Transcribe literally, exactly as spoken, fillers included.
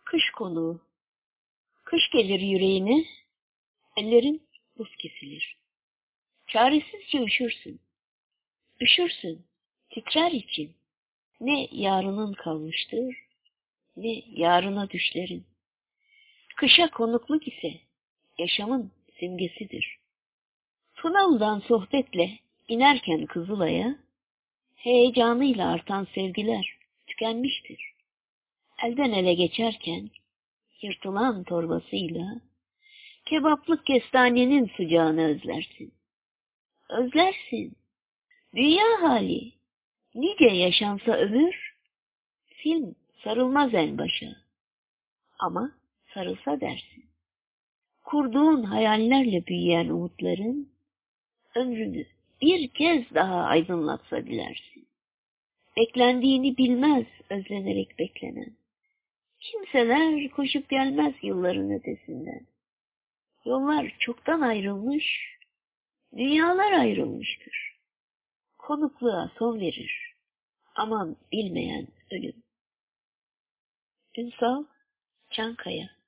Kış konuğu. Kış gelir yüreğine, ellerin buz kesilir. Çaresizce üşürsün. Üşürsün, titrer için. Ne yarının kalmıştır, ne yarına düşlerin. Kışa konukluk ise yaşamın simgesidir. Tunav'dan sohbetle inerken Kızılay'a, heyecanıyla artan sevgiler tükenmiştir. Elden ele geçerken yırtılan torbasıyla kebaplık kestanenin sıcağını özlersin. Özlersin. Dünya hali, nice yaşansa ömür, film sarılmaz en başa. Ama sarılsa dersin. Kurduğun hayallerle büyüyen umutların, ömrünü bir kez daha aydınlatsa dilersin. Beklendiğini bilmez özlenerek beklenen. Kimseler koşup gelmez yılların ötesinden. Yollar çoktan ayrılmış, dünyalar ayrılmıştır. Konukluğa son verir. Aman bilmeyen ölüm. Ünsal Çankaya.